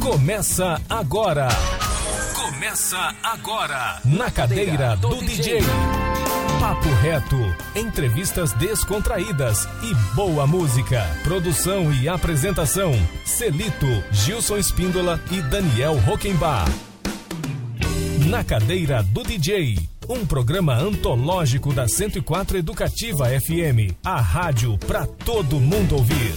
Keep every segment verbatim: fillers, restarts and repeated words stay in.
Começa agora. Começa agora. Na cadeira do D J. Papo reto, entrevistas descontraídas e boa música. Produção e apresentação: Celito, Gilson Espíndola e Daniel Rockenbach. Na cadeira do D J, um programa antológico da cento e quatro Educativa F M, a rádio para todo mundo ouvir.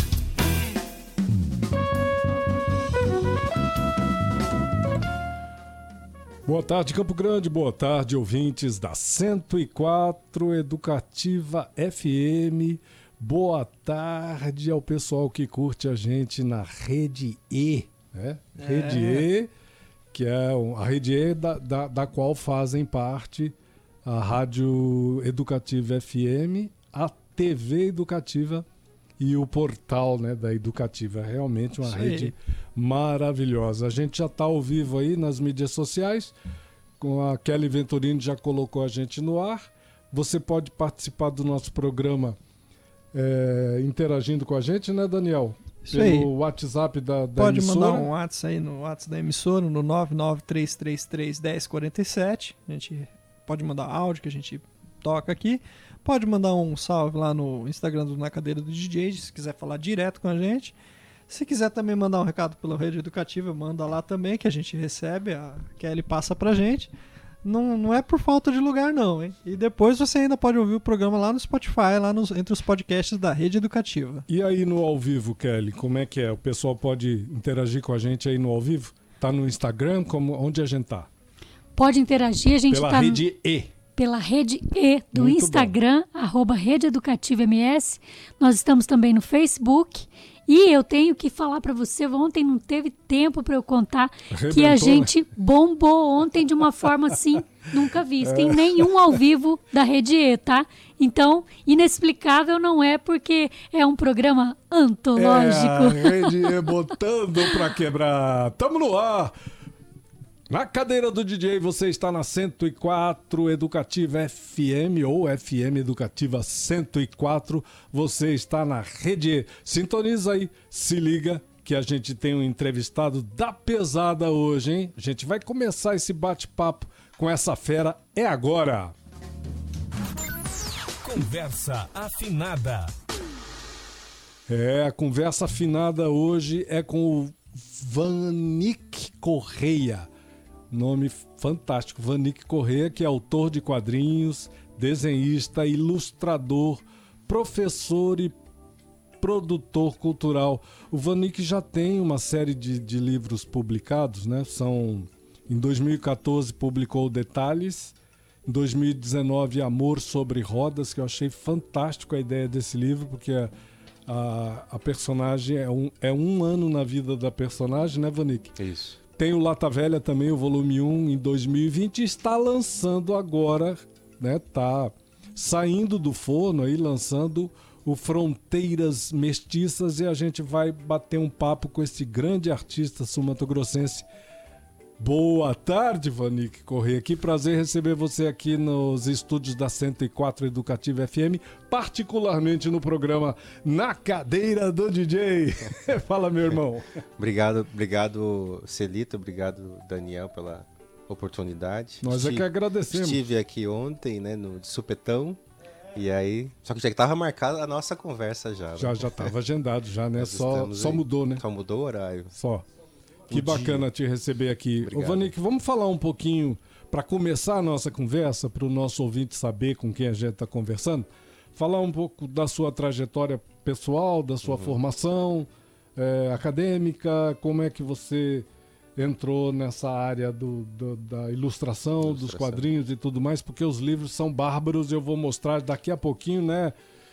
Boa tarde, Campo Grande, boa tarde, ouvintes da cento e quatro Educativa F M. Boa tarde ao pessoal que curte a gente na Rede E, né? É. Rede E, que é a Rede E da, da, da qual fazem parte a Rádio Educativa F M, a T V Educativa e o portal, né, da Educativa. É realmente uma Isso rede aí. Maravilhosa. A gente já está ao vivo aí nas mídias sociais, com a Kelly Venturini já colocou a gente no ar. Você pode participar do nosso programa é, interagindo com a gente, né, Daniel? Isso Pelo aí. WhatsApp da, da pode emissora. Pode mandar um WhatsApp aí no WhatsApp da emissora, no nove nove três três três, um zero quatro sete. A gente pode mandar áudio que a gente toca aqui. Pode mandar um salve lá no Instagram do Na Cadeira do D J, se quiser falar direto com a gente. Se quiser também mandar um recado pela Rede Educativa, manda lá também, que a gente recebe, a Kelly passa pra gente. Não, não é por falta de lugar não, hein? E depois você ainda pode ouvir o programa lá no Spotify, lá nos, entre os podcasts da Rede Educativa. E aí no ao vivo, Kelly, como é que é? O pessoal pode interagir com a gente aí no ao vivo? Tá no Instagram? Como, onde a gente tá? Pode interagir, a gente Pela tá... Rede E. Pela Rede E do Muito Instagram, bom. arroba Rede Educativa M S. Nós estamos também no Facebook. E eu tenho que falar para você, ontem não teve tempo para eu contar Arrebentou, que a gente né? bombou ontem de uma forma assim, nunca vista, é. em nenhum ao vivo da Rede E, tá? Então, inexplicável não é, porque é um programa antológico. É, a Rede E botando para quebrar. Tamo no ar! Na cadeira do D J, você está na cento e quatro Educativa F M ou F M Educativa cento e quatro. Você está na Rede E. Sintoniza aí, se liga que a gente tem um entrevistado da pesada hoje, hein? A gente vai começar esse bate-papo com essa fera. É agora! Conversa afinada. É, a conversa afinada hoje é com o Vanik Correia. Nome fantástico, Vanik Correia, que é autor de quadrinhos, desenhista, ilustrador, professor e produtor cultural. O Vanik já tem uma série de, de livros publicados, né? São, em dois mil e quatorze publicou Detalhes, em dois mil e dezenove Amor sobre Rodas, que eu achei fantástico a ideia desse livro, porque a, a, a personagem é um, é um ano na vida da personagem, né, Vanik? Isso. Tem o Lata Velha também, o volume um, em dois mil e vinte, e está lançando agora, né? Tá saindo do forno aí, lançando o Fronteiras Mestiças, e a gente vai bater um papo com esse grande artista sul-mato-grossense. Boa tarde, Vanik Correia. Que prazer receber você aqui nos estúdios da cento e quatro Educativa F M, particularmente no programa Na Cadeira do D J. Fala, meu irmão. Obrigado, obrigado, Celito, obrigado, Daniel, pela oportunidade. Nós estive, é que agradecemos. Estive aqui ontem, né, no de supetão, e aí... Só que já estava marcada a nossa conversa já. Já, né? já estava agendado já, né? Só, só mudou, né? Só mudou o horário. Só. Que bacana te receber aqui. Obrigado. Ô, Vanik, vamos falar um pouquinho, para começar a nossa conversa, para o nosso ouvinte saber com quem a gente está conversando, falar um pouco da sua trajetória pessoal, da sua uhum. formação é, acadêmica, como é que você entrou nessa área do, do, da ilustração, ilustração, dos quadrinhos e tudo mais, porque os livros são bárbaros, eu vou mostrar daqui a pouquinho, né?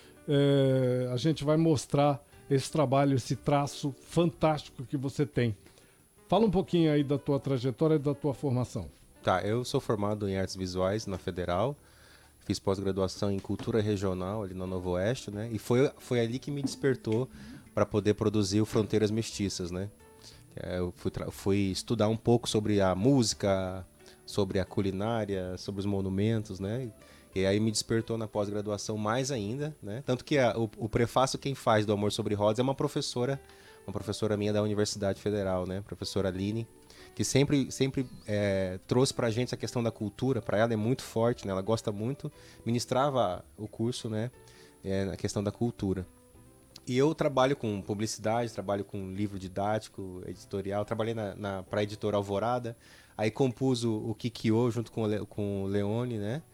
É, a gente vai mostrar esse trabalho, esse traço fantástico que você tem. Fala um pouquinho aí da tua trajetória e da tua formação. Tá, eu sou formado em artes visuais na Federal, fiz pós-graduação em cultura regional ali na Novo Oeste, né? E foi, foi ali que me despertou para poder produzir o Fronteiras Mestiças, né? Eu fui, fui estudar um pouco sobre a música, sobre a culinária, sobre os monumentos, né? E aí me despertou na pós-graduação mais ainda, né? Tanto que a, o, o prefácio quem faz do Amor sobre Rodas é uma professora uma professora minha da Universidade Federal, né? Professora Aline, que sempre, sempre é, trouxe pra gente a questão da cultura. Para ela é muito forte, né? Ela gosta muito, ministrava o curso, né? É, a questão da cultura. E eu trabalho com publicidade, trabalho com livro didático, editorial, trabalhei na, na, para a editora Alvorada, aí compus o, o Kikyo junto com o, Le, com o Leone, né?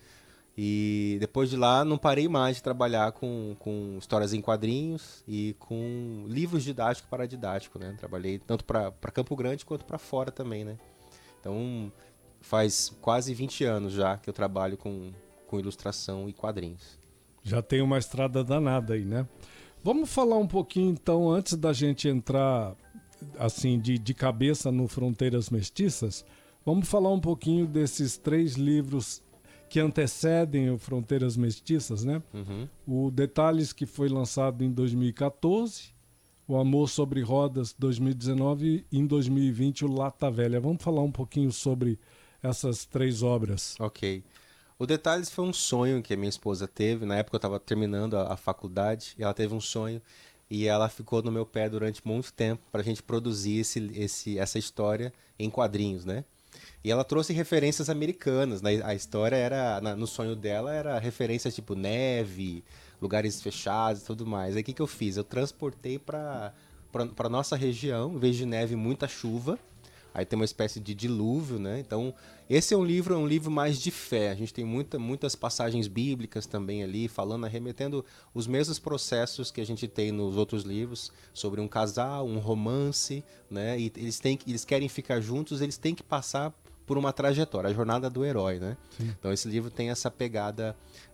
E depois de lá não parei mais de trabalhar com, com histórias em quadrinhos e com livros didáticos para didático, né? Trabalhei tanto para Campo Grande quanto para fora também, né? Então faz quase vinte anos já que eu trabalho com, com ilustração e quadrinhos. Já tem uma estrada danada aí, né? Vamos falar um pouquinho, então, antes da gente entrar assim de, de cabeça no Fronteiras Mestiças, vamos falar um pouquinho desses três livros que antecedem o Fronteiras Mestiças, né? Uhum. O Detalhes, que foi lançado em dois mil e quatorze, O Amor sobre Rodas, dois mil e dezenove, e em dois mil e vinte, o Lata Velha. Vamos falar um pouquinho sobre essas três obras. Ok. O Detalhes foi um sonho que a minha esposa teve. Na época eu estava terminando a, a faculdade e ela teve um sonho e ela ficou no meu pé durante muito tempo para a gente produzir esse, esse, essa história em quadrinhos, né? E ela trouxe referências americanas, né? A história era, na, no sonho dela, era referências tipo neve, lugares fechados e tudo mais. Aí o que, que eu fiz? Eu transportei para para nossa região, em vez de neve, muita chuva. Aí tem uma espécie de dilúvio, né? Então, esse é um livro, é um livro mais de fé. A gente tem muita, muitas passagens bíblicas também ali, falando, remetendo os mesmos processos que a gente tem nos outros livros, sobre um casal, um romance, né? E eles, têm, eles querem ficar juntos, eles têm que passar por uma trajetória, a jornada do herói, né? Sim. Então esse livro tem essa pegada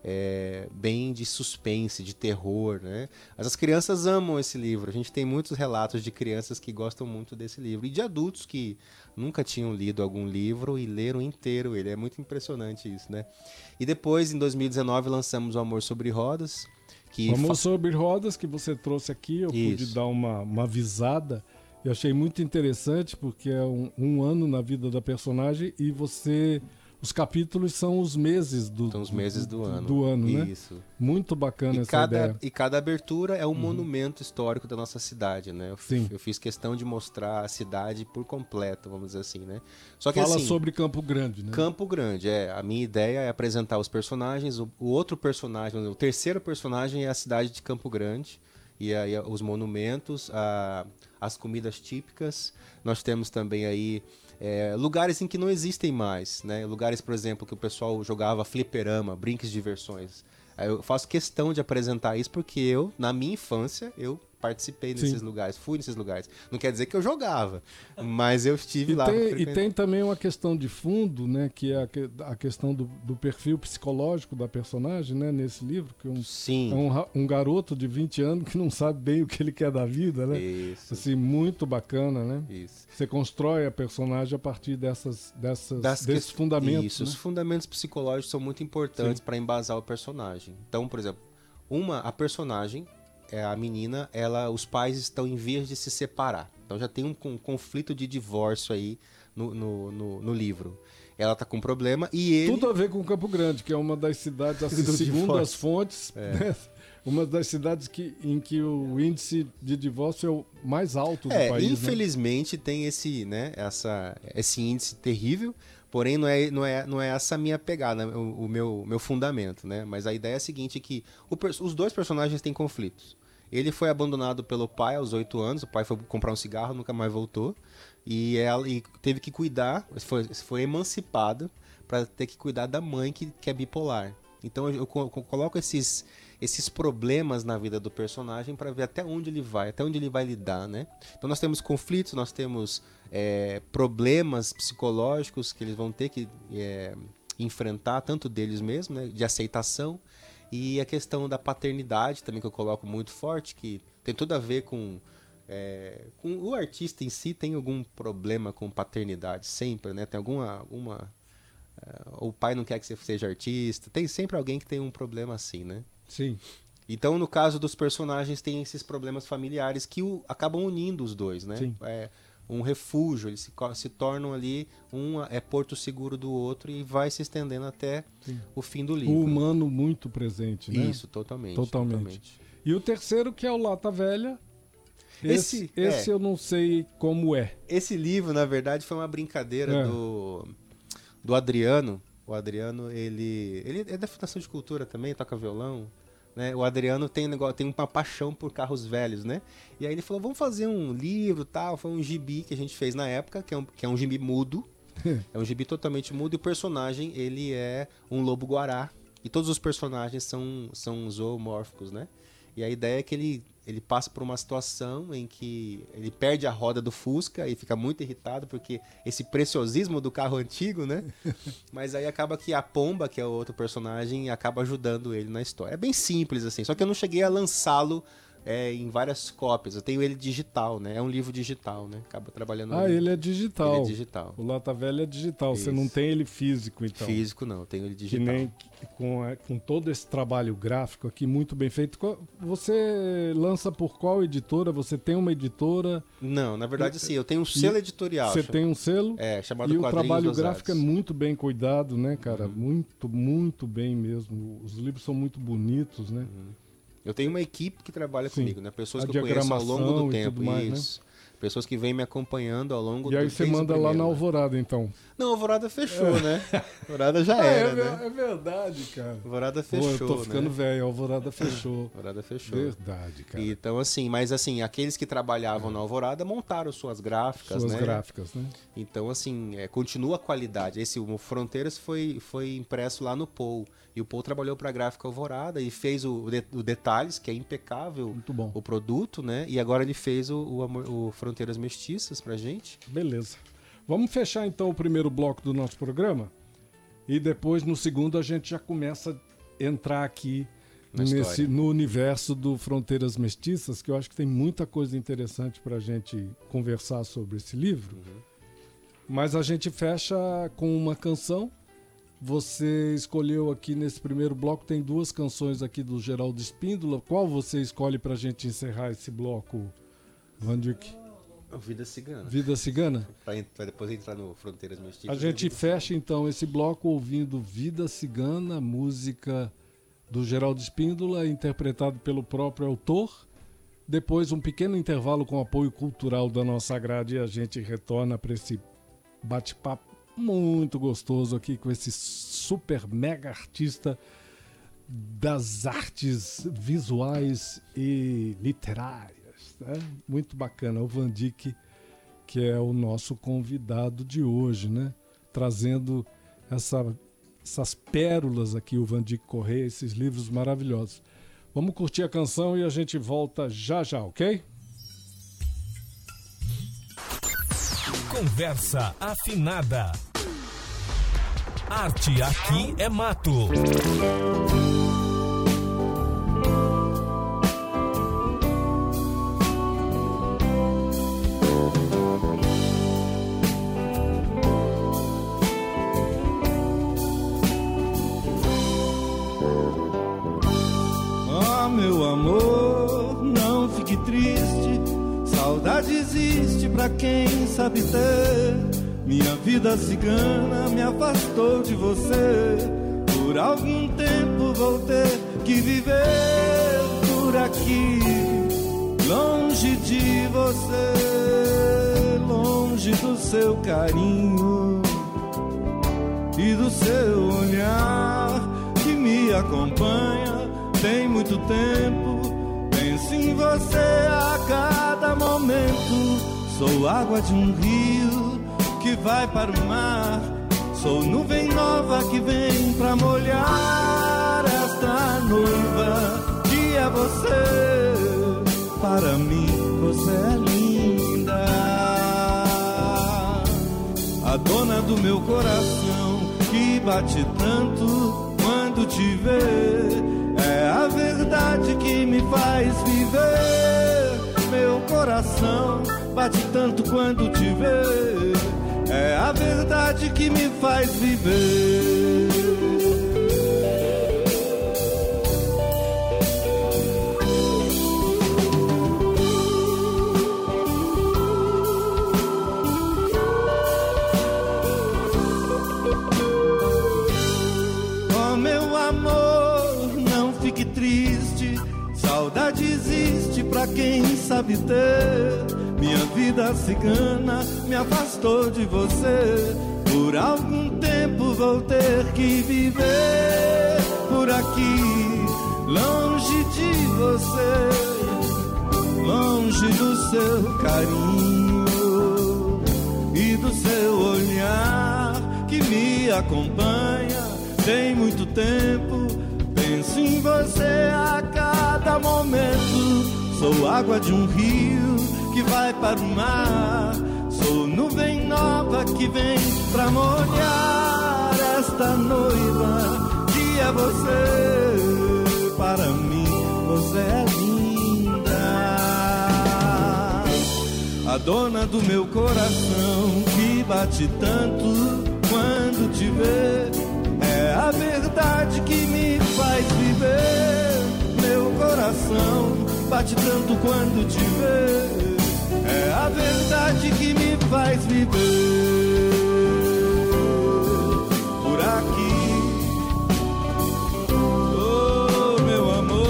é, bem de suspense, de terror, né? Mas as crianças amam esse livro. A gente tem muitos relatos de crianças que gostam muito desse livro e de adultos que nunca tinham lido algum livro e leram inteiro ele. É muito impressionante isso, né? E depois, em dois mil e dezenove, lançamos O Amor sobre Rodas. Que O Amor fa... sobre Rodas, que você trouxe aqui, eu Isso. pude dar uma, uma visada. Eu achei muito interessante porque é um, um ano na vida da personagem e você... Os capítulos são os meses do, São os meses do, do ano. Do ano, né? Isso. Muito bacana E essa cada, ideia. e cada abertura é um uhum. monumento histórico da nossa cidade, né? Eu, Sim. eu fiz questão de mostrar a cidade por completo, vamos dizer assim, né? Só que, Fala assim, sobre Campo Grande, né? Campo Grande, é. A minha ideia é apresentar os personagens. O, o outro personagem, o terceiro personagem é a cidade de Campo Grande. E aí os monumentos, a, as comidas típicas. Nós temos também aí é, lugares em que não existem mais, né? Lugares, por exemplo, que o pessoal jogava fliperama, brinques de diversões. Aí eu faço questão de apresentar isso porque eu, na minha infância, eu participei desses Sim. lugares, fui nesses lugares. Não quer dizer que eu jogava, mas eu estive e lá. Tem, e tem também uma questão de fundo, né? Que é a, que, a questão do, do perfil psicológico da personagem, né? Nesse livro, que um, Sim. é um, um garoto de vinte anos que não sabe bem o que ele quer da vida, né? Isso. Assim, muito bacana, né? Isso. Você constrói a personagem a partir dessas, dessas, Das desses que... fundamentos. Isso, né? os fundamentos psicológicos são muito importantes para embasar o personagem. Então, por exemplo, uma, a personagem, é a menina, ela, os pais estão em vias de se separar. Então já tem um, um conflito de divórcio aí no, no, no, no livro. Ela tá com problema e ele... Tudo a ver com Campo Grande, que é uma das cidades, assim, segundo divórcio. as fontes, é. né? Uma das cidades que, em que o índice de divórcio é o mais alto do é, país. Infelizmente né? tem esse, né, essa, esse índice terrível, porém não é, não é, não é essa a minha pegada, o, o meu, meu fundamento, né? Mas a ideia é a seguinte, que o, os dois personagens têm conflitos. Ele foi abandonado pelo pai aos oito anos, o pai foi comprar um cigarro, nunca mais voltou, e ela e teve que cuidar, foi, foi emancipado para ter que cuidar da mãe que, que é bipolar. Então eu, eu coloco esses, esses problemas na vida do personagem para ver até onde ele vai, até onde ele vai lidar, né? Então nós temos conflitos, nós temos é, problemas psicológicos que eles vão ter que é, enfrentar, tanto deles mesmos, né, de aceitação, e a questão da paternidade também, que eu coloco muito forte, que tem tudo a ver com, é, com o artista em si. Tem algum problema com paternidade sempre, né? Tem alguma... alguma uh, o pai não quer que você seja artista. Tem sempre alguém que tem um problema assim, né? Sim. Então, no caso dos personagens, tem esses problemas familiares que o, acabam unindo os dois, né? Sim. É um refúgio, eles se, se tornam ali, um é porto seguro do outro e vai se estendendo até Sim. o fim do livro. O humano muito presente, né? Isso, totalmente, totalmente. totalmente. E o terceiro, que é o Lata Velha. Esse, esse, esse é, eu não sei como é. Esse livro, na verdade, foi uma brincadeira é. do, do Adriano. O Adriano, ele, ele é da Fundação de Cultura também, toca violão. Né? O Adriano tem, um negócio, tem uma paixão por carros velhos, né? E aí ele falou, vamos fazer um livro, tal. Foi um gibi que a gente fez na época, que é um, que é um gibi mudo. É um gibi totalmente mudo e o personagem, ele é um lobo-guará. E todos os personagens são, são zoomórficos, né? E a ideia é que ele, ele passa por uma situação em que ele perde a roda do Fusca e fica muito irritado porque esse preciosismo do carro antigo, né? Mas aí acaba que a Pomba, que é o outro personagem, acaba ajudando ele na história. É bem simples, assim. Só que eu não cheguei a lançá-lo é, em várias cópias. Eu tenho ele digital, né? É um livro digital, né? Acaba trabalhando... Ah, ele é digital. Ele é digital. O Lata Velha é digital. Isso. Você não tem ele físico, então. Físico não, eu tenho ele digital. Que nem com, com todo esse trabalho gráfico aqui, muito bem feito. Você lança por qual editora? Você tem uma editora? Não, na verdade, sim. Eu tenho um selo editorial. Você chama... tem um selo? É, chamado E o Quadrinhos trabalho Ousados. gráfico é muito bem cuidado, né, cara? Uhum. Muito, muito bem mesmo. Os livros são muito bonitos, né? Uhum. Eu tenho uma equipe que trabalha Sim. comigo, né? Pessoas A que eu conheço ao longo do tempo. Mais, isso. Né? Pessoas que vêm me acompanhando ao longo do tempo. E aí desde você manda lá primeiro, na né? Alvorada, então? Não, a Alvorada fechou, é. né? A Alvorada já ah, era, é, né? É verdade, cara. A Alvorada fechou, Pô, eu tô ficando né? velho, a Alvorada fechou. A Alvorada fechou. Verdade, cara. Então, assim, mas assim, aqueles que trabalhavam na Alvorada montaram suas gráficas, suas né? Suas gráficas, né? Então, assim, é, continua a qualidade. Esse o Fronteiras foi, foi impresso lá no Paul. E o Paul trabalhou para a Gráfica Alvorada e fez o, o Detalhes, que é impecável. Muito bom. O produto, né? E agora ele fez o, o, o Fronteiras Mestiças pra gente. Beleza. Vamos fechar então o primeiro bloco do nosso programa e depois no segundo a gente já começa a entrar aqui nesse, no universo do Fronteiras Mestiças, que eu acho que tem muita coisa interessante pra gente conversar sobre esse livro. Uhum. Mas a gente fecha com uma canção. Você escolheu aqui nesse primeiro bloco, tem duas canções aqui do Geraldo Espíndola. Qual você escolhe pra gente encerrar esse bloco, Vandyck? Vida Cigana. Vida Cigana? Para depois entrar no Fronteiras Mestiças. A gente fecha então esse bloco ouvindo Vida Cigana, música do Geraldo Espíndola, interpretado pelo próprio autor. Depois um pequeno intervalo com apoio cultural da nossa grade e a gente retorna para esse bate-papo muito gostoso aqui com esse super mega artista das artes visuais e literárias. Né? Muito bacana, o Vandyck, que é o nosso convidado de hoje, né? Trazendo essa, essas pérolas aqui, o Vandyck Correia, esses livros maravilhosos. Vamos curtir a canção e a gente volta já já, ok? Conversa afinada. Arte aqui é mato. Oh, meu amor, não fique triste. Saudade existe pra quem sabe ter. Minha vida cigana me afastou de você. Por algum tempo vou ter que viver por aqui, longe de você, longe do seu carinho e do seu olhar que me acompanha tem muito tempo. Penso em você a cada momento. Sou água de um rio que vai para o mar. Sou nuvem nova que vem pra molhar esta noiva que é você. Para mim você é linda, a dona do meu coração que bate tanto quando te vê. É a verdade que me faz viver. Meu coração bate tanto quando te vê. É a verdade que me faz viver. Oh, meu amor, não fique triste. Saudade existe pra quem sabe ter. Minha vida cigana me afastou de você. Por algum tempo vou ter que viver por aqui, longe de você, longe do seu carinho e do seu olhar que me acompanha. Tem muito tempo, penso em você a cada momento. Sou água de um rio que vai para o mar. Sou nuvem nova que vem pra molhar esta noiva que é você. Para mim você é linda, a dona do meu coração que bate tanto quando te vê. É a verdade que me faz viver. Meu coração bate tanto quando te vê. É a verdade que me faz viver por aqui. Oh, meu amor.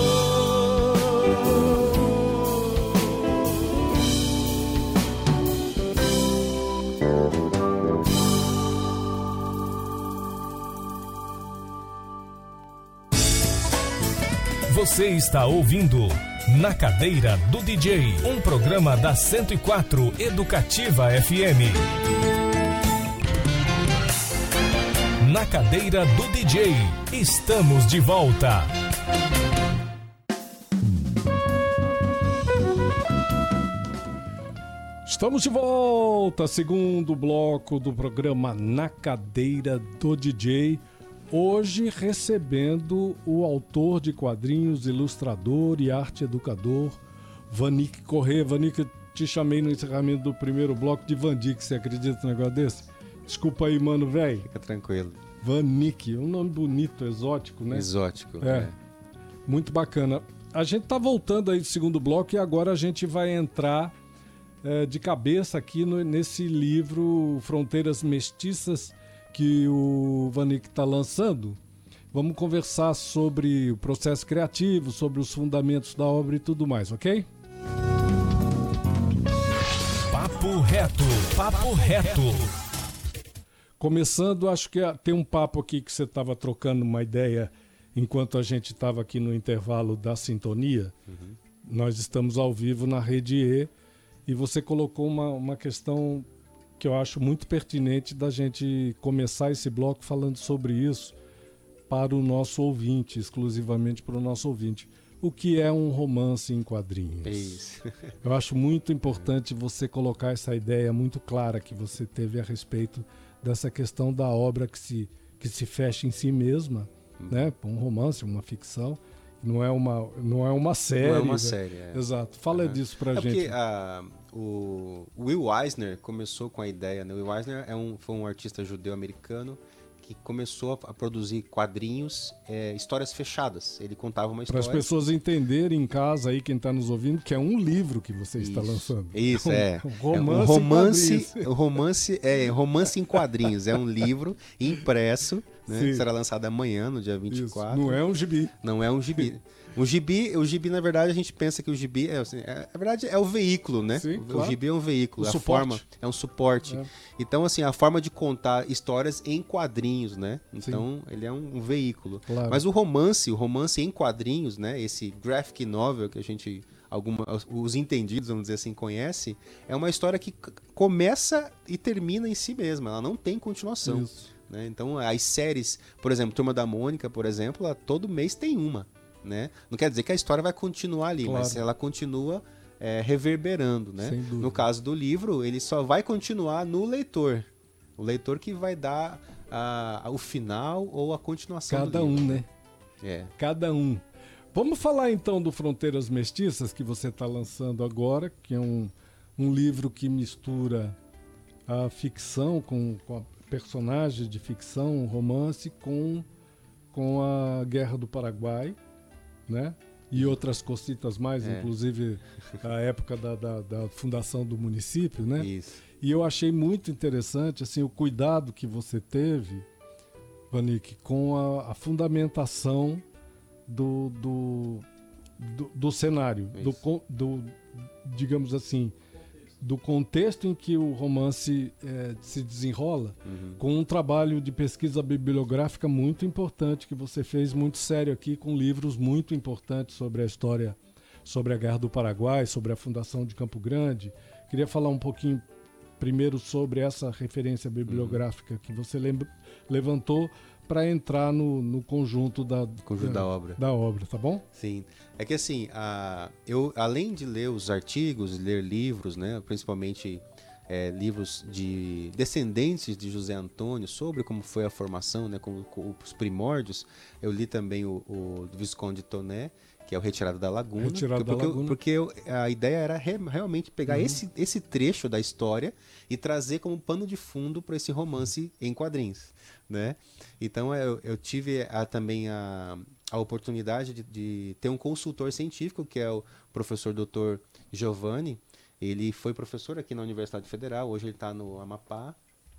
Você está ouvindo Na Cadeira do D J, um programa da cento e quatro Educativa F M. Na Cadeira do D J, estamos de volta. Estamos de volta, segundo bloco do programa Na Cadeira do D J. Hoje recebendo o autor de quadrinhos, ilustrador e arte educador, Vanik Corrêa. Vanik, eu te chamei no encerramento do primeiro bloco de Vandik, você acredita num negócio desse? Desculpa aí, mano, velho. Fica tranquilo. Vanik, um nome bonito, exótico, né? Exótico, é. é. Muito bacana. A gente tá voltando aí do segundo bloco e agora a gente vai entrar é, de cabeça aqui no, nesse livro Fronteiras Mestiças, que o Vanik está lançando. Vamos conversar sobre o processo criativo, sobre os fundamentos da obra e tudo mais, ok? Papo reto, papo reto. Começando, acho que tem um papo aqui que você estava trocando uma ideia enquanto a gente estava aqui no intervalo da sintonia. Uhum. Nós estamos ao vivo na Rede E e você colocou uma, uma questão que eu acho muito pertinente da gente começar esse bloco falando sobre isso para o nosso ouvinte, exclusivamente para o nosso ouvinte. O que é um romance em quadrinhos? É isso. Eu acho muito importante você colocar essa ideia muito clara que você teve a respeito dessa questão da obra que se, que se fecha em si mesma, hum. né? Um romance, uma ficção. Não é uma, não é uma série. Não é uma né? série, é. Exato. Fala uhum. disso pra é gente. Porque uh, o Will Eisner começou com a ideia, né? O Will Eisner é um, foi um artista judeu-americano que começou a, a produzir quadrinhos, é, histórias fechadas. Ele contava uma história... Para as pessoas entenderem em casa, aí quem está nos ouvindo, que é um livro que você isso, está lançando. Isso, é. Um romance, é um romance, um romance, é, romance em quadrinhos. É um livro impresso, né? Será lançado amanhã, no dia vinte e quatro. Isso, não é um gibi. Não é um gibi. O gibi, o gibi, na verdade, a gente pensa que o gibi é, assim, é, na verdade, é o veículo, né? Sim, o, claro. o gibi é um veículo, o a suporte. forma é um suporte. É. Então, assim, a forma de contar histórias em quadrinhos, né? Então, Sim. ele é um, um veículo. Claro. Mas o romance, o romance em quadrinhos, né? Esse graphic novel que a gente, alguma, os entendidos, vamos dizer assim, conhece, é uma história que começa e termina em si mesma. Ela não tem continuação. Isso. Né? Então, as séries, por exemplo, Turma da Mônica, por exemplo, ela, todo mês tem uma. Né? Não quer dizer que a história vai continuar ali, claro. Mas ela continua é, reverberando, né? No caso do livro, ele só vai continuar no leitor. O leitor que vai dar a, a, o final ou a continuação Cada do livro. um, né? É. Cada um. Vamos falar então do Fronteiras Mestiças, que você está lançando agora, que é um, um livro que mistura a ficção com, com a personagem de ficção, um romance, com, com a Guerra do Paraguai. Né? E outras cositas mais, é. Inclusive a época da, da, da fundação do município, né? Isso. E eu achei muito interessante assim, o cuidado que você teve, Vanik, com a, a fundamentação do, do, do, do cenário, do, do, digamos assim, do contexto em que o romance é, se desenrola, uhum. com um trabalho de pesquisa bibliográfica muito importante que você fez, muito sério aqui, com livros muito importantes sobre a história, sobre a Guerra do Paraguai, sobre a fundação de Campo Grande. Queria falar um pouquinho primeiro sobre essa referência bibliográfica uhum. que você lembra, levantou para entrar no, no conjunto, da, conjunto da, da obra. Da obra, tá bom? Sim. É que assim, a, eu, além de ler os artigos, ler livros, né, principalmente é, livros de descendentes de José Antônio, sobre como foi a formação, né, como, como os primórdios, eu li também o, o do Visconde Toné, que é o Retirado da Laguna. Retirado porque, da Laguna. Porque eu, a ideia era re, realmente pegar uhum. esse, esse trecho da história e trazer como pano de fundo para esse romance em quadrinhos, né? Então eu, eu tive a, também a, a oportunidade de, de ter um consultor científico, que é o professor doutor Giovanni. Ele foi professor aqui na Universidade Federal, hoje ele está no Amapá.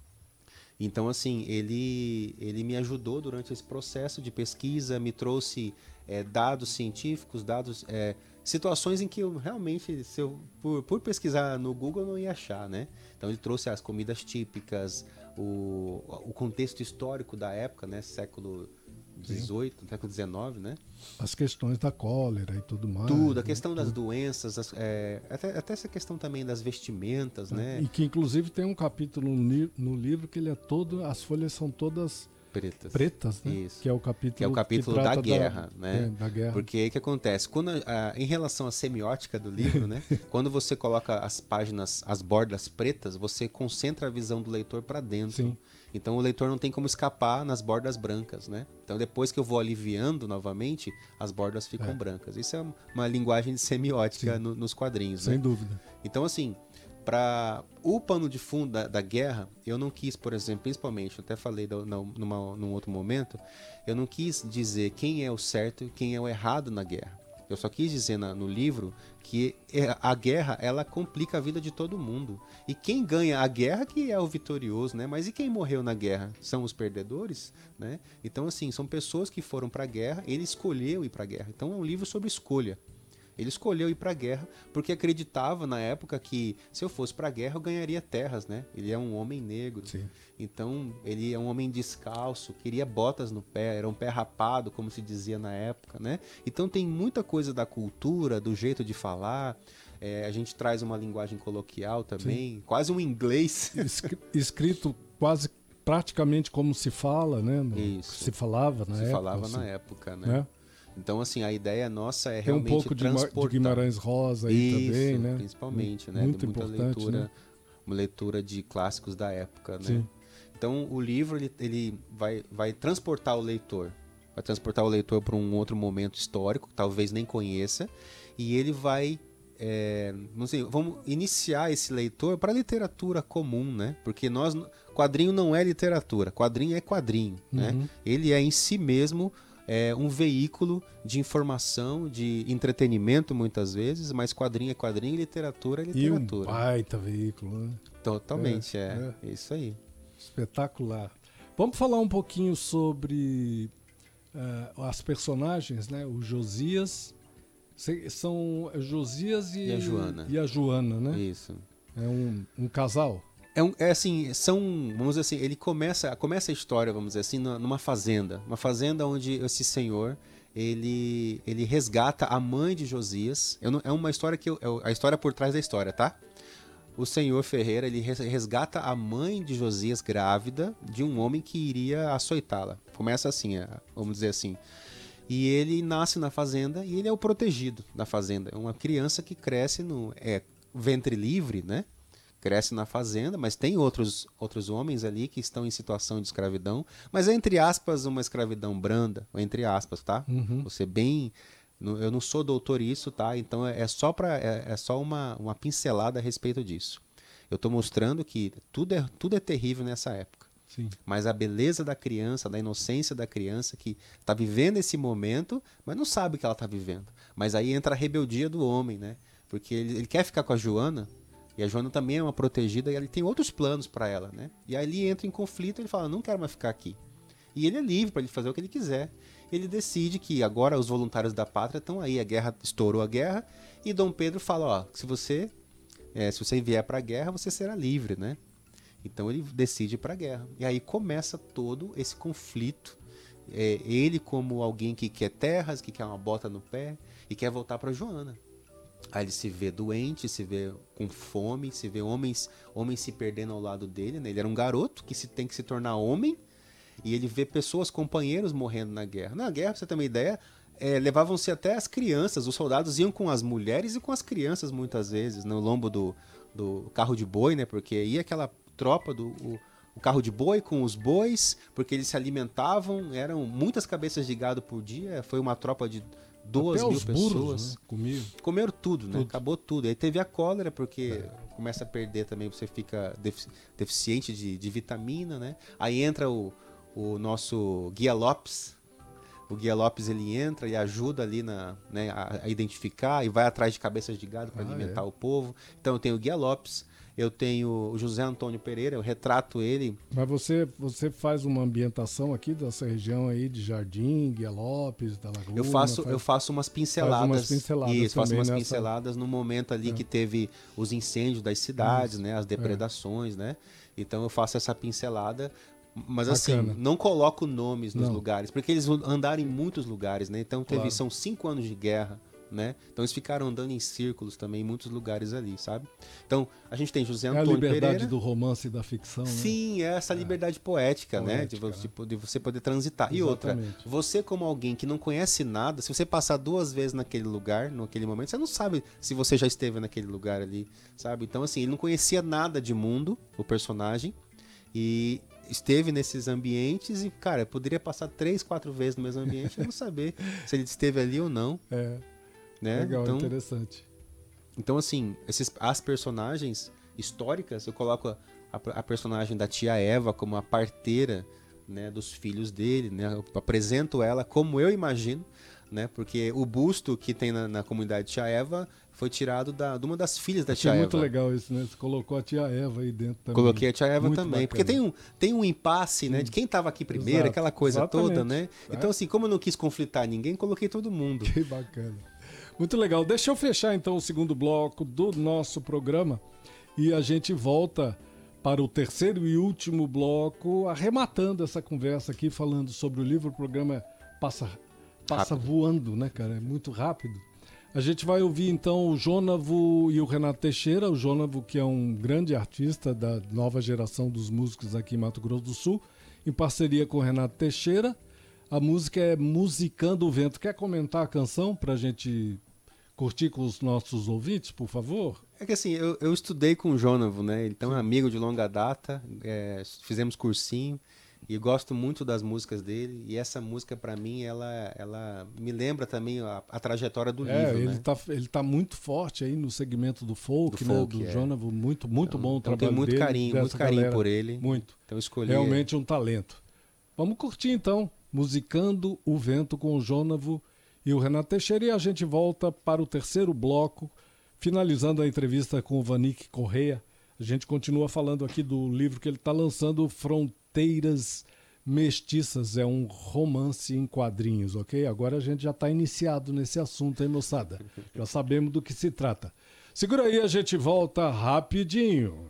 Então, assim, ele, ele me ajudou durante esse processo de pesquisa, me trouxe é, dados científicos, dados, é, situações em que eu realmente, se eu, por, por pesquisar no Google, eu não ia achar, né? Então, ele trouxe as comidas típicas, o, o contexto histórico da época, né? Século dezoito, século dezenove, né? As questões da cólera e tudo mais. Tudo, a questão né? das tudo. doenças, as, é, até, até essa questão também das vestimentas, é, né? E que inclusive tem um capítulo no, no livro que ele é todo, as folhas são todas pretas, pretas, né? Isso. Que é o capítulo, que é o capítulo da guerra, da, né? É, da guerra. Porque aí que acontece, quando a, em relação à semiótica do livro, né? Quando você coloca as páginas, as bordas pretas, você concentra a visão do leitor para dentro. Sim. Então o leitor não tem como escapar nas bordas brancas, né? Então depois que eu vou aliviando novamente, as bordas ficam é. brancas. Isso é uma linguagem de semiótica no, nos quadrinhos, sem né? dúvida. Então assim, para o pano de fundo da, da guerra, eu não quis, por exemplo, principalmente, eu até falei do, no, numa, num outro momento, eu não quis dizer quem é o certo e quem é o errado na guerra. Eu só quis dizer na, no livro que a guerra, ela complica a vida de todo mundo. E quem ganha a guerra que é o vitorioso, né? Mas e quem morreu na guerra? São os perdedores, né? Então, assim, são pessoas que foram para a guerra, ele escolheu ir para a guerra. Então, é um livro sobre escolha. Ele escolheu ir para a guerra porque acreditava na época que se eu fosse para a guerra eu ganharia terras, né? Ele é um homem negro. Sim. Então ele é um homem descalço, queria botas no pé, era um pé rapado, como se dizia na época, né? Então tem muita coisa da cultura, do jeito de falar. É, a gente traz uma linguagem coloquial também, Sim. quase um inglês. Escrito quase praticamente como se fala, né? No, Isso. Se falava na se época. Se falava assim, na época, né? né? Então, assim, a ideia nossa é Tem realmente um pouco transportar... de Guimarães Rosa aí Isso, também, né? principalmente, né? Muito Tem muita importante, leitura, né? Uma leitura de clássicos da época, né? Sim. Então, o livro, ele, ele vai, vai transportar o leitor. Vai transportar o leitor para um outro momento histórico, que talvez nem conheça. E ele vai... É, não sei, vamos iniciar esse leitor para a literatura comum, né? Porque nós... Quadrinho não é literatura. Quadrinho é quadrinho, uhum. né? Ele é em si mesmo... É um veículo de informação, de entretenimento muitas vezes, mas quadrinho é quadrinho e literatura é literatura. E um baita veículo, né? Totalmente, é, é. é. Isso aí. Espetacular. Vamos falar um pouquinho sobre uh, as personagens, né? O Josias, são Josias e, e a Joana. E a Joana, né? Isso. É um, um casal. É, um, é assim, são, vamos dizer assim, ele começa, começa a história, vamos dizer assim, numa fazenda. Uma fazenda onde esse senhor, ele, ele resgata a mãe de Josias. Eu não, é uma história que, eu, é a história por trás da história, tá? O senhor Ferreira, ele resgata a mãe de Josias grávida de um homem que iria açoitá-la. Começa assim, vamos dizer assim. E ele nasce na fazenda e ele é o protegido da fazenda. É uma criança que cresce no é, ventre livre, né? Cresce na fazenda, mas tem outros, outros homens ali que estão em situação de escravidão, mas é, entre aspas, uma escravidão branda, entre aspas, tá? Uhum. Você bem... Eu não sou doutor isso, tá? Então é só, pra, é, é só uma, uma pincelada a respeito disso. Eu estou mostrando que tudo é, tudo é terrível nessa época. Sim. Mas a beleza da criança, da inocência da criança que está vivendo esse momento, mas não sabe o que ela está vivendo. Mas aí entra a rebeldia do homem, né? Porque ele, ele quer ficar com a Joana, e a Joana também é uma protegida e ele tem outros planos para ela, né? E aí ele entra em conflito e ele fala, não quero mais ficar aqui. E ele é livre para ele fazer o que ele quiser. Ele decide que agora os voluntários da pátria estão aí, a guerra estourou a guerra, e Dom Pedro fala, ó, se você, é, se você vier para a guerra, você será livre, né? Então ele decide ir para a guerra. E aí começa todo esse conflito. É, ele como alguém que quer terras, que quer uma bota no pé e quer voltar para Joana. Aí ele se vê doente, se vê com fome, se vê homens, homens se perdendo ao lado dele, né? Ele era um garoto que se, tem que se tornar homem, e ele vê pessoas, companheiros morrendo na guerra. Na guerra, pra você ter uma ideia, é, levavam-se até as crianças, os soldados iam com as mulheres e com as crianças muitas vezes, no lombo do, do carro de boi, né? Porque ia aquela tropa do... O, o carro de boi com os bois, porque eles se alimentavam, eram muitas cabeças de gado por dia, foi uma tropa de duas Até mil os pessoas. Burros, né? Comiam. Comeram tudo, né? Tudo. Acabou tudo. Aí teve a cólera, porque é. começa a perder também, você fica defici deficiente de, de vitamina, né? Aí entra o, o nosso Guia Lopes. O Guia Lopes, ele entra e ajuda ali na, né, a, a identificar e vai atrás de cabeças de gado para ah, alimentar é. o povo. Então eu tenho o Guia Lopes. Eu tenho o José Antônio Pereira, eu retrato ele. Mas você, você faz uma ambientação aqui dessa região aí de Jardim, Guia Lopes, da Laguna? Eu faço, faz, eu faço umas pinceladas. Faz umas pinceladas Isso, faço umas nessa... pinceladas no momento ali é. que teve os incêndios das cidades, né, as depredações, é. né? Então eu faço essa pincelada. Mas assim, Bacana. não coloco nomes nos não. lugares, porque eles andaram em muitos lugares, né? Então teve, claro. são cinco anos de guerra. Né? Então eles ficaram andando em círculos também em muitos lugares ali, sabe? Então a gente tem José Antônio Pereira. É a liberdade Pereira. do romance e da ficção, Sim, né? é essa liberdade é. poética, poética, né? De você, né? de você poder transitar. Exatamente. E outra, você como alguém que não conhece nada, se você passar duas vezes naquele lugar, naquele momento, você não sabe se você já esteve naquele lugar ali, sabe? Então assim, ele não conhecia nada de mundo, o personagem, e esteve nesses ambientes e, cara, poderia passar três, quatro vezes no mesmo ambiente e não saber se ele esteve ali ou não. É. Né? Legal, então, interessante. Então, assim, esses, as personagens históricas, eu coloco a, a, a personagem da tia Eva como a parteira, né, dos filhos dele, né? Eu apresento ela como eu imagino, né? Porque o busto que tem na, na comunidade tia Eva foi tirado da, de uma das filhas da Achei tia muito Eva. legal isso, né? Você colocou a tia Eva aí dentro também. Coloquei a tia Eva muito também. bacana. Porque tem um, tem um impasse, né? De quem estava aqui primeiro, Exato. aquela coisa Exatamente. toda, né? Então, assim, como eu não quis conflitar ninguém, coloquei todo mundo. Que bacana. Muito legal. Deixa eu fechar então o segundo bloco do nosso programa e a gente volta para o terceiro e último bloco, arrematando essa conversa aqui, falando sobre o livro. O programa passa, passa voando, né, cara? É muito rápido. A gente vai ouvir então o Jônavo e o Renato Teixeira. O Jônavo, que é um grande artista da nova geração dos músicos aqui em Mato Grosso do Sul, em parceria com o Renato Teixeira. A música é Musicando o Vento. Quer comentar a canção para a gente curtir com os nossos ouvintes, por favor? É que assim, eu, eu estudei com o Jônavo, né? Então é amigo de longa data, é, fizemos cursinho e gosto muito das músicas dele. E essa música, para mim, ela, ela me lembra também a, a trajetória do é, livro, ele né? Tá, ele tá muito forte aí no segmento do folk, do, né? folk, do é. Jônavo. Muito, muito então, bom o então trabalho tem muito dele. carinho, muito carinho galera. por ele. Muito. Então escolhi. Realmente um talento. Vamos curtir então, Musicando o Vento com o Jônavo e o Renato Teixeira, e a gente volta para o terceiro bloco, finalizando a entrevista com o Vanik Correia. A gente continua falando aqui do livro que ele está lançando, Fronteiras Mestiças. É um romance em quadrinhos, ok? Agora a gente já está iniciado nesse assunto, hein, moçada? Já sabemos do que se trata. Segura aí, a gente volta rapidinho.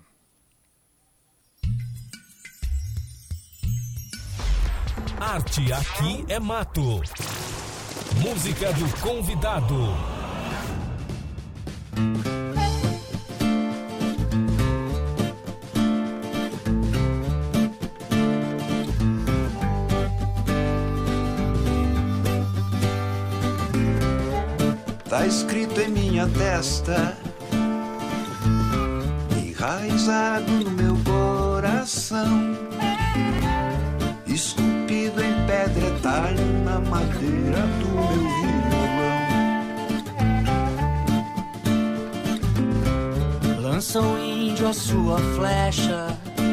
Arte aqui é mato. Música do convidado. Tá escrito em minha testa, enraizado no meu coração, esculpido em pedra eterna na madeira do meu violão. Lança o índio a sua flecha,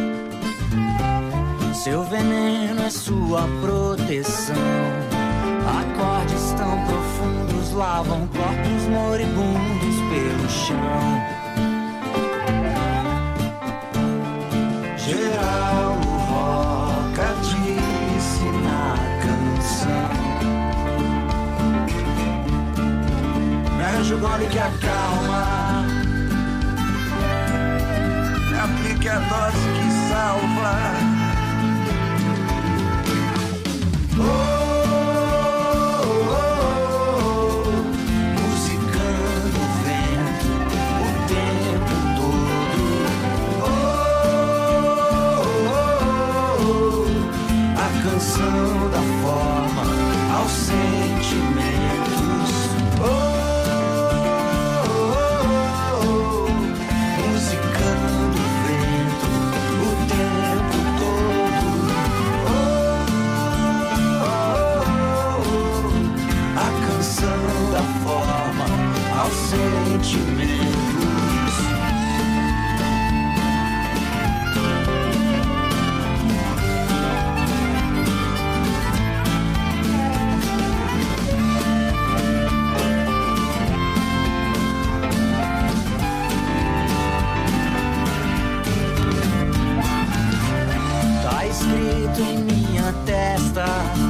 seu veneno é sua proteção. Acordes tão profundos lavam corpos moribundos pelo chão. Geraldo Roca de sinal. arranje o gole que acalma. Aplique a dose que salva. Oh, oh, oh, oh, musicando o vento o tempo todo. Oh, oh, oh, oh, a canção da forma aos sentimentos. Oh, sentimentos. Tá escrito em minha testa,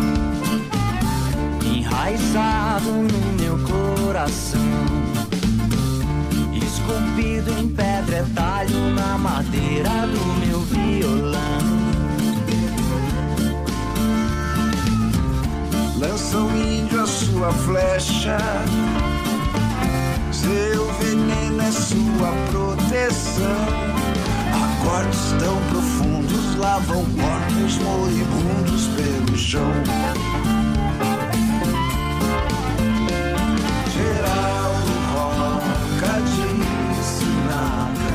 enraizado no meu coração, esculpido em pedra é talho na madeira do meu violão. Lança o índio a sua flecha, seu veneno é sua proteção. Acordes tão profundos lavam corpos moribundos pelo chão. Geraldo Roca disse na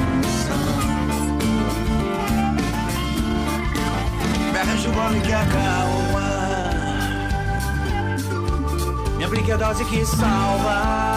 canção: me arranja o gole que acalma, me aplique a dose que salva.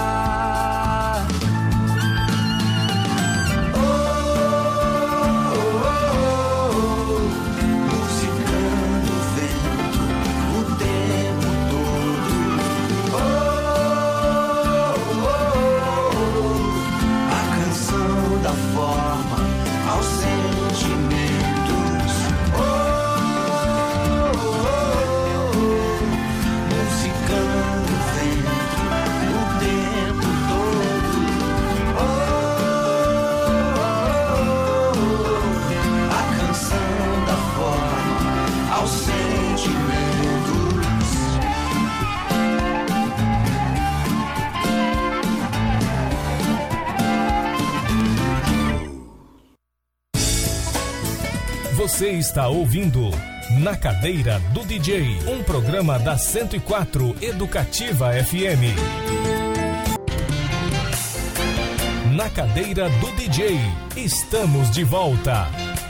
Você está ouvindo Na Cadeira do D J, um programa da cento e quatro Educativa F M. Na Cadeira do D J, estamos de volta.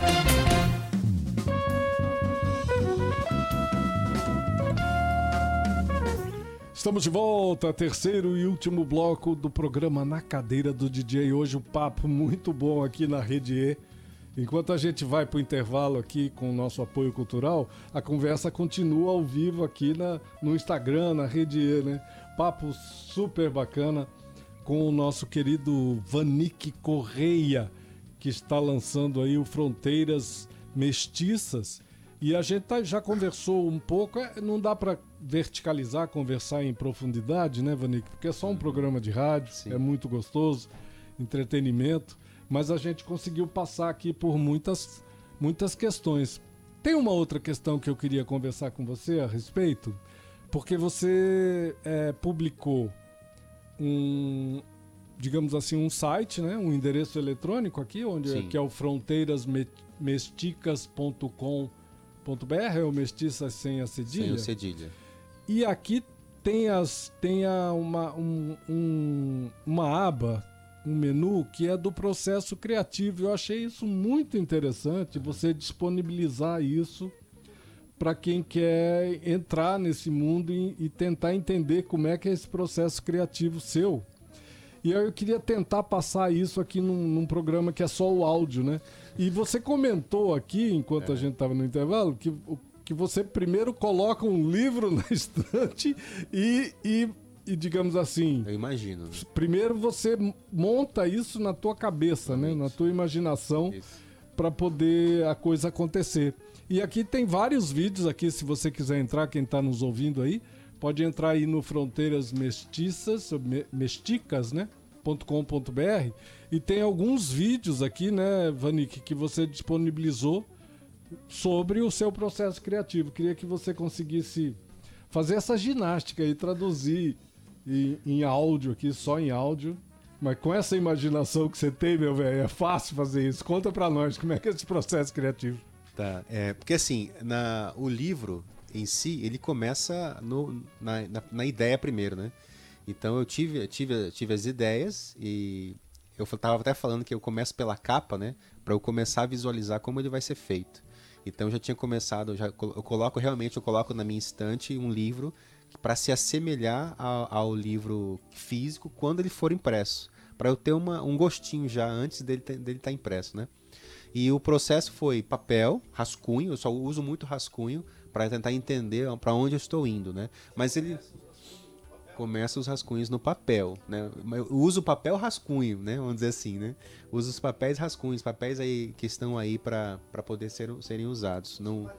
Estamos de volta, terceiro e último bloco do programa Na Cadeira do D J. Hoje um papo muito bom aqui na Rede E. Enquanto a gente vai para o intervalo aqui com o nosso apoio cultural, a conversa continua ao vivo aqui na, no Instagram, na Rede E, né? Papo super bacana com o nosso querido Vanik Correia, que está lançando aí o Fronteiras Mestiças. E a gente tá, já conversou um pouco, é, não dá para verticalizar, conversar em profundidade, né, Vanik? Porque é só um programa de rádio, Sim. é muito gostoso, entretenimento. Mas a gente conseguiu passar aqui por muitas, muitas questões. Tem uma outra questão que eu queria conversar com você a respeito, porque você é, publicou um, digamos assim, um site, né, um endereço eletrônico aqui, onde é, que é o fronteiras mesticas ponto com ponto b r, é o Mestiças sem a cedilha? Sem o cedilha. E aqui tem, as, tem a, uma, um, um, uma aba, um menu que é do processo criativo. Eu achei isso muito interessante, você disponibilizar isso para quem quer entrar nesse mundo e, e tentar entender como é que é esse processo criativo seu. E eu queria tentar passar isso aqui num, num programa que é só o áudio, né? E você comentou aqui, enquanto é. a gente estava no intervalo, que, que você primeiro coloca um livro na estante e... e E digamos assim... Eu imagino. Né? Primeiro você monta isso na tua cabeça, né? Na tua imaginação, para poder a coisa acontecer. E aqui tem vários vídeos aqui, se você quiser entrar, quem está nos ouvindo aí, pode entrar aí no Fronteiras Mestiças, me- Mesticas, né? .com.br e tem alguns vídeos aqui, né, Vanik, que você disponibilizou sobre o seu processo criativo. Queria que você conseguisse fazer essa ginástica e traduzir em, em áudio aqui, só em áudio. Mas com essa imaginação que você tem, meu velho, é fácil fazer isso. Conta pra nós como é que é esse processo criativo. Tá, é, porque assim, na, o livro em si, ele começa no, na, na, na ideia primeiro, né? Então eu tive, tive, tive as ideias e eu tava até falando que eu começo pela capa, né? Pra eu começar a visualizar como ele vai ser feito. Então eu já tinha começado, já, eu coloco realmente, eu coloco na minha estante um livro para se assemelhar ao, ao livro físico quando ele for impresso. Para eu ter uma, um gostinho já antes dele dele estar impresso, né? E o processo foi papel, rascunho, eu só uso muito rascunho para tentar entender para onde eu estou indo, né? Mas ele começa os rascunhos no papel, né? Eu uso papel rascunho, né? Vamos dizer assim, né? Uso os papéis rascunhos, papéis aí que estão aí para para poder ser, serem usados. Não,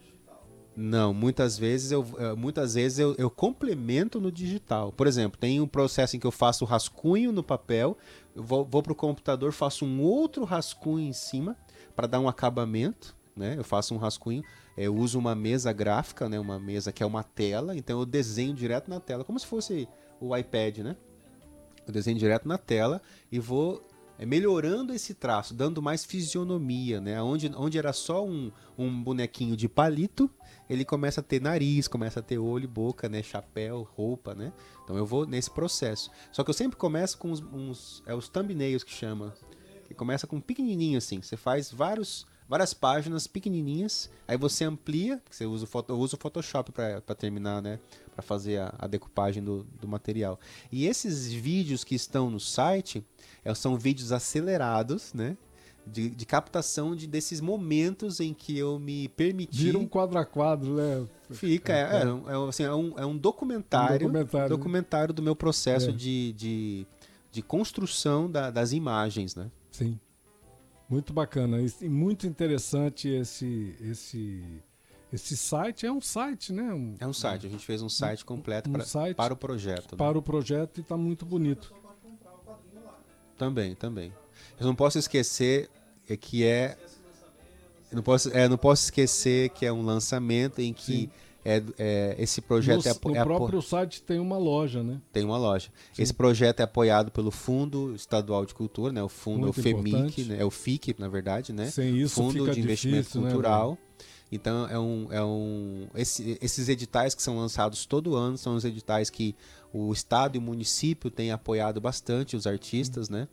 não muitas vezes eu muitas vezes eu, eu complemento no digital. Por exemplo, tem um processo em que eu faço o rascunho no papel, eu vou, vou para o computador, faço um outro rascunho em cima para dar um acabamento, né? Eu faço um rascunho. Eu uso uma mesa gráfica, né? Uma mesa que é uma tela, então eu desenho direto na tela, como se fosse o iPad, né? Eu desenho direto na tela e vou é, melhorando esse traço, dando mais fisionomia, né? Onde, onde era só um, um bonequinho de palito, ele começa a ter nariz, começa a ter olho, boca, né? Chapéu, roupa, né? Então eu vou nesse processo. Só que eu sempre começo com uns, uns é os thumbnails que chama, que começa com um pequenininho assim. Você faz vários várias páginas pequenininhas, aí você amplia, você usa o foto, eu uso o Photoshop para terminar, né, para fazer a, a decupagem do, do material. E esses vídeos que estão no site é, são vídeos acelerados, né, de, de captação de, desses momentos em que eu me permiti... Vira um quadro a quadro, né? Fica, é, é, é, é, assim, é, um, é um documentário, um documentário, documentário do meu processo é. de, de, de construção da, das imagens, né? Sim. Muito bacana e muito interessante esse, esse, esse site. É um site, né? Um, é um site, a gente fez um site completo um pra, site para o projeto. Para né? o projeto e está muito bonito. Também, também. Eu não posso esquecer que é... Eu não posso, é, não posso esquecer que é um lançamento em que é, é, esse projeto no, é apoiado... No próprio site tem uma loja, né? Tem uma loja. Sim. Esse projeto é apoiado pelo Fundo Estadual de Cultura, né? O fundo Muito é o FEMIC, importante. né? É o F I C, na verdade, né? Sem isso Fundo fica de Investimento difícil, Cultural. Né, então, é um... É um esse, esses editais que são lançados todo ano são os editais que o Estado e o município têm apoiado bastante os artistas, hum. né?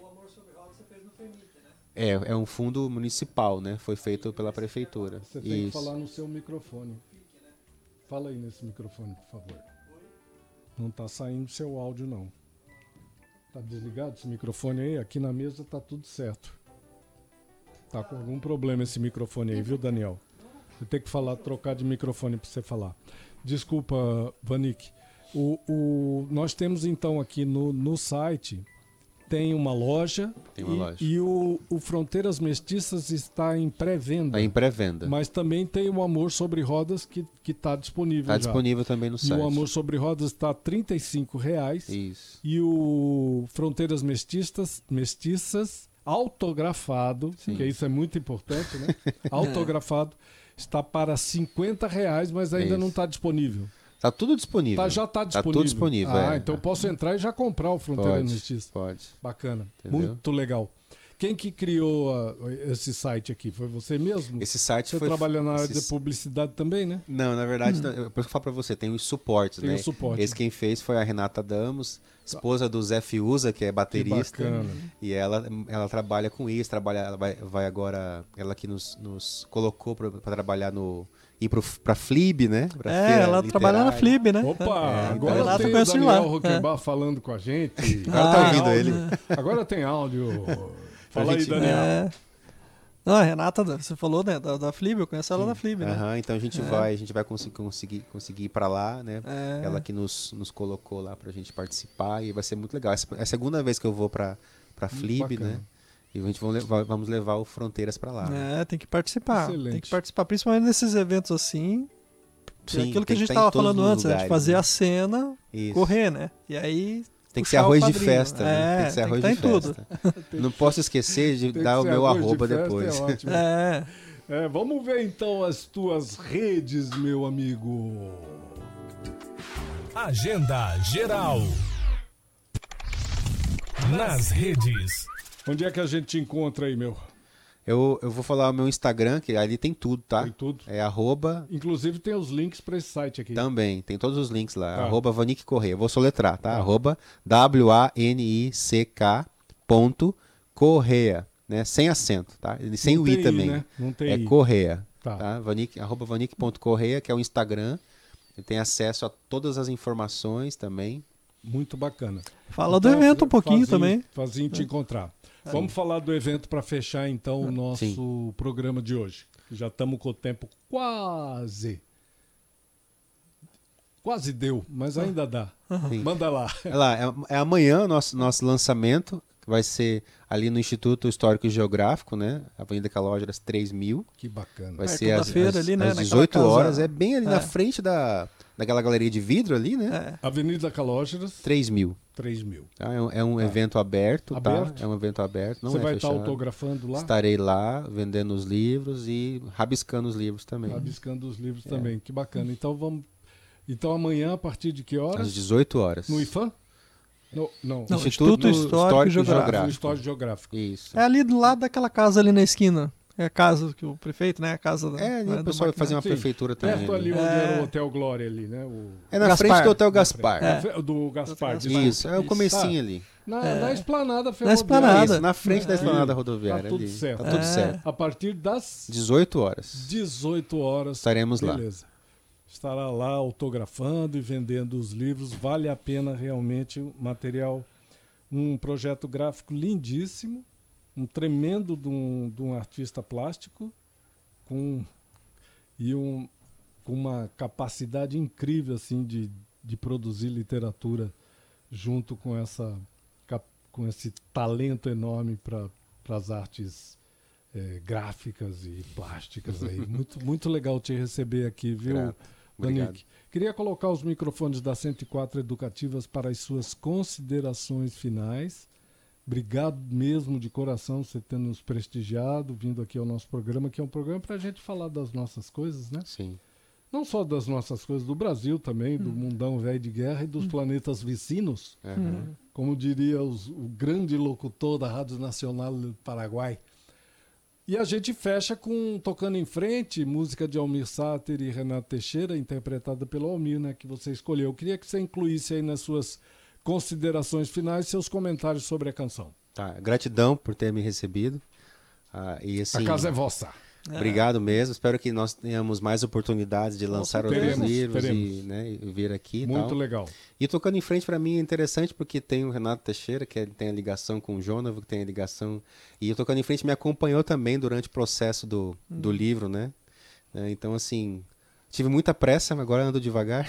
É, é um fundo municipal, né? Foi feito pela prefeitura. Você tem Isso. que falar no seu microfone. Fala aí nesse microfone, por favor. Não tá saindo seu áudio, não. Tá desligado esse microfone aí? Aqui na mesa tá tudo certo. Tá com algum problema esse microfone aí, viu, Daniel? Você tem que falar, trocar de microfone para você falar. Desculpa, Vanik. O, o, nós temos então aqui no, no site... Tem uma loja, Tem uma e, loja. e o, o Fronteiras Mestiças está em pré-venda. Está em pré-venda. Mas também tem o Amor Sobre Rodas que está disponível Está já. disponível também no e site. E o Amor Sobre Rodas está a trinta e cinco reais. Isso. E o Fronteiras Mestiças, Mestiças autografado, Sim. que isso é muito importante, né? Autografado, está para cinquenta reais, mas ainda isso. não está disponível. Tá tudo disponível. Tá, já tá disponível. Tá tudo disponível. Ah, é. então eu posso entrar e já comprar o Fronteira pode, Mestiça. Pode. Bacana. Entendeu? Muito legal. Quem que criou uh, esse site aqui? Foi você mesmo? Esse site você foi... Você trabalha na área esses... de publicidade também, né? Não, na verdade, hum. não, por isso que eu falo pra você, tem os suportes, tem né? O suporte. Esse quem fez foi a Renata Damos, esposa do Zé Fiuza, que é baterista. Que bacana. E ela, ela trabalha com isso, trabalha, ela vai, vai agora... Ela que nos, nos colocou pra, pra trabalhar no... Ir pro, pra Flib, né? Pra é, feira ela literária. trabalha na Flib, né? Opa, é, agora então tem o Daniel Roquembar é. falando com a gente. Agora tá ouvindo áudio. ele. Agora tem áudio. Fala gente, aí, Daniel. É... Não, a Renata, você falou, né, da, da Flib, eu conheço ela da Flib, né? Uhum, então a gente é. vai, a gente vai conseguir, conseguir, conseguir ir pra lá, né? É. Ela que nos, nos colocou lá pra gente participar e vai ser muito legal. É a segunda vez que eu vou pra, pra Flib, né? E a gente vamos levar, vamos levar o Fronteiras pra lá. É, né? Tem que participar. Excelente. Tem que participar, principalmente nesses eventos assim, Sim, aquilo que tem a gente que tá estava em todos falando os antes, né? De lugares, fazer né? a cena, Isso. correr, né? E aí... Tem que ser puxar o arroz de padrinho. festa, né? É, Tem que ser tem arroz que de tá em tudo. festa. Não posso esquecer de Tem que dar o ser meu arroz de arroba festa, depois. É ótimo. É. É, vamos ver então as tuas redes, meu amigo. Agenda Geral. Nas redes. Onde é que a gente te encontra aí, meu? Eu, eu vou falar o meu Instagram, que ali tem tudo, tá? Tem tudo. É arroba... Inclusive tem os links para esse site aqui. Também, tem todos os links lá. Tá. Arroba Vanik Correia. Eu vou soletrar, tá? Arroba W A N I C K ponto Correia, né? Sem acento, tá? E sem Não o I tem I, também. né? Não tem é I. Correia, Tá. tá? Vanik, arroba Vanik ponto Correia, que é o Instagram. Ele tem acesso a todas as informações também. Muito bacana. Fala do evento um pouquinho fazinho, também. Fazinho te encontrar. Vamos falar do evento para fechar então o nosso Sim. programa de hoje. Já estamos com o tempo quase. Quase deu, mas ainda dá. Sim. Manda lá. É lá, é, é amanhã o nosso, nosso lançamento, que vai ser ali no Instituto Histórico e Geográfico, né? Avenida Calógeras três mil. Que bacana. Vai É, ser às, toda-feira às, ali, né? às Naquela dezoito casa- horas. É bem ali É. na frente da, daquela galeria de vidro ali, né? É. Avenida Calógeras, três mil. três mil. Tá? É um, é um evento aberto, Aberto? tá? É um evento aberto, não Você é vai estar fechado. autografando lá? Estarei lá vendendo os livros e rabiscando os livros também. Rabiscando os É. livros também. Que bacana. Então vamos. Então amanhã, a partir de que horas? Às dezoito horas. No I F A M? No, não. Não, Instituto Instituto Histórico Histórico e e Geográfico. No Histórico Geográfico. Isso. É ali do lado daquela casa ali na esquina. É a casa que o prefeito, né? A casa da, É, ali né, o do pessoal vai Maquinão. fazer uma Sim, prefeitura também. Perto ali ali. onde É. era o Hotel Glória ali, né? O... É na Gaspar. frente do Hotel Gaspar. É. Do Gaspar. Gaspar. desculpa. Isso, é o Isso. comecinho Tá. ali. Na, É. na esplanada Na ferroviária. esplanada. Isso, na frente da É. esplanada Tá rodoviária. tudo ali. certo. Tá tudo É. certo. A partir das dezoito horas. dezoito horas. Estaremos lá. Beleza. Estará lá autografando e vendendo os livros. Vale a pena realmente o material. Um projeto gráfico lindíssimo. Um tremendo de um, de um artista plástico. Com, e um, com uma capacidade incrível assim, de, de produzir literatura junto com, essa, cap- com esse talento enorme para as artes eh, gráficas e plásticas. Aí. Muito, muito legal te receber aqui, viu, Grato. Obrigado. Vanik? Queria colocar os microfones da cento e quatro Educativas para as suas considerações finais. Obrigado mesmo de coração você ter nos prestigiado, vindo aqui ao nosso programa, que é um programa para a gente falar das nossas coisas, né? Sim. Não só das nossas coisas, do Brasil também, do mundão velho de guerra e dos planetas vizinhos, Uhum. como diria os- o grande locutor da Rádio Nacional do Paraguai. E a gente fecha com Tocando em Frente, música de Almir Sater e Renato Teixeira, interpretada pelo Almir, né, que você escolheu. Eu queria que você incluísse aí nas suas considerações finais seus comentários sobre a canção. Tá, gratidão por ter me recebido. Ah, e assim, A casa é vossa. obrigado mesmo. Espero que nós tenhamos mais oportunidades de lançar outros teremos, livros teremos. e, né, e vir aqui. e Muito tal. legal. E Tocando em Frente para mim é interessante porque tem o Renato Teixeira, que ele tem a ligação com o Jonavo, que tem a ligação... E o Tocando em Frente me acompanhou também durante o processo do, do livro, né? É, então, assim, tive muita pressa, mas agora ando devagar.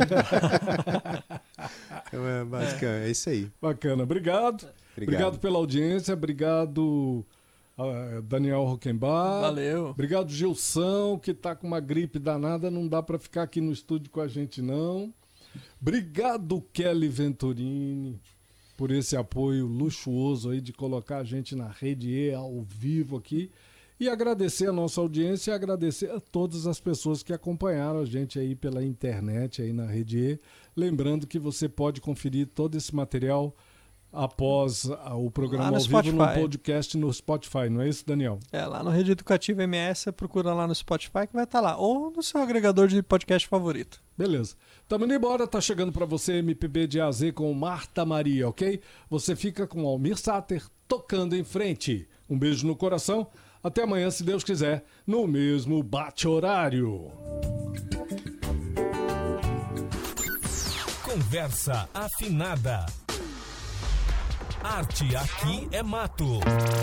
Então, é, basicamente, é isso aí. Bacana. Obrigado. Obrigado. Obrigado pela audiência. Obrigado, ah, Daniel Roquembar. Valeu. Obrigado, Gilson, que tá com uma gripe danada. Não dá para ficar aqui no estúdio com a gente, não. Obrigado, Kelly Venturini, por esse apoio luxuoso aí de colocar a gente na Rede E ao vivo aqui. E agradecer a nossa audiência e agradecer a todas as pessoas que acompanharam a gente aí pela internet, aí na Rede E. Lembrando que você pode conferir todo esse material após ah, o programa Lá no ao vivo no Spotify. podcast no Spotify, não é isso, Daniel? É, lá no Rede Educativa M S, você procura lá no Spotify que vai estar lá. Ou no seu agregador de podcast favorito. Beleza. Tamo indo embora, tá chegando pra você M P B de A a Z com Marta Maria, ok? Você fica com Almir Sater tocando em frente. Um beijo no coração. Até amanhã, se Deus quiser, no mesmo bate-horário. Conversa afinada. Arte aqui é mato.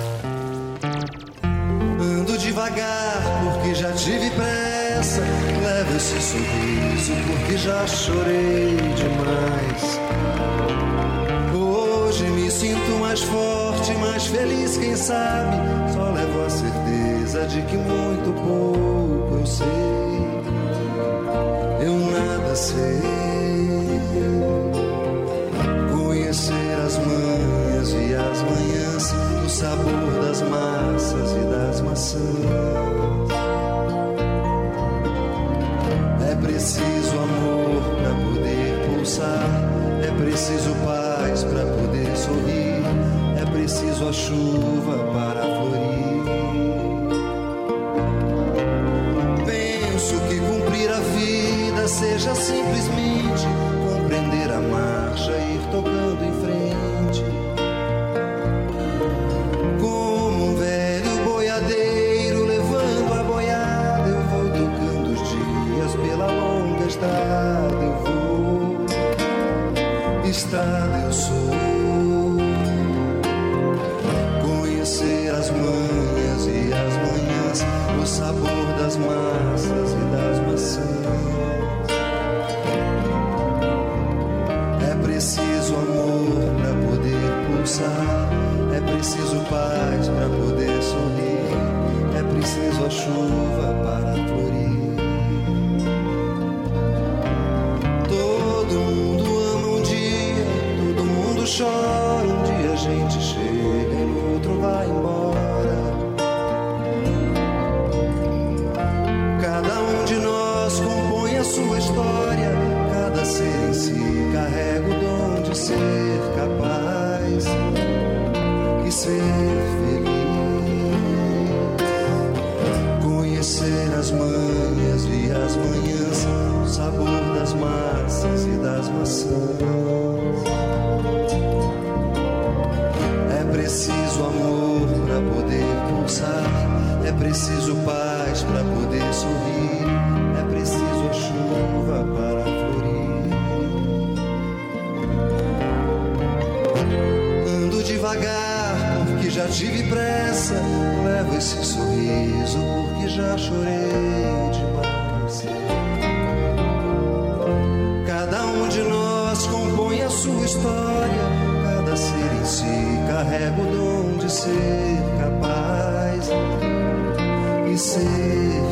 Ando devagar porque já tive pressa. Levo esse sorriso porque já chorei demais. Hoje me sinto mais forte, mais feliz, quem sabe. Só levo a certeza de que muito pouco eu sei. nascer, conhecer as manhas e as manhãs, o sabor das massas e das maçãs. É preciso amor pra poder pulsar, é preciso paz pra poder sorrir, é preciso a chuva para florir. Penso que cumprir a vida seja simplesmente compreender a marcha e ir tocando em frente. Como um velho boiadeiro levando a boiada, eu vou tocando os dias pela longa estrada. Eu vou, estrada eu sou. Conhecer as manhas e as manhãs, o sabor das massas e das maçãs. É preciso amor pra poder pulsar, é preciso paz pra poder sorrir, é preciso a chuva para florir. Todo mundo ama um dia, todo mundo chora, um dia a gente chega e no outro vai embora. Cada um de nós compõe a sua história, cada ser em si carrega o dom de ser capaz e ser feliz. Conhecer as manhas e as manhãs, o sabor das massas e das maçãs. É preciso amor pra poder pulsar, é preciso paz pra poder sorrir, é preciso a chuva para florir. Ando devagar porque já tive pressa, levo esse sorriso porque já chorei demais. Cada um de nós compõe a sua história, cada ser em si carrega o dom de ser capaz e ser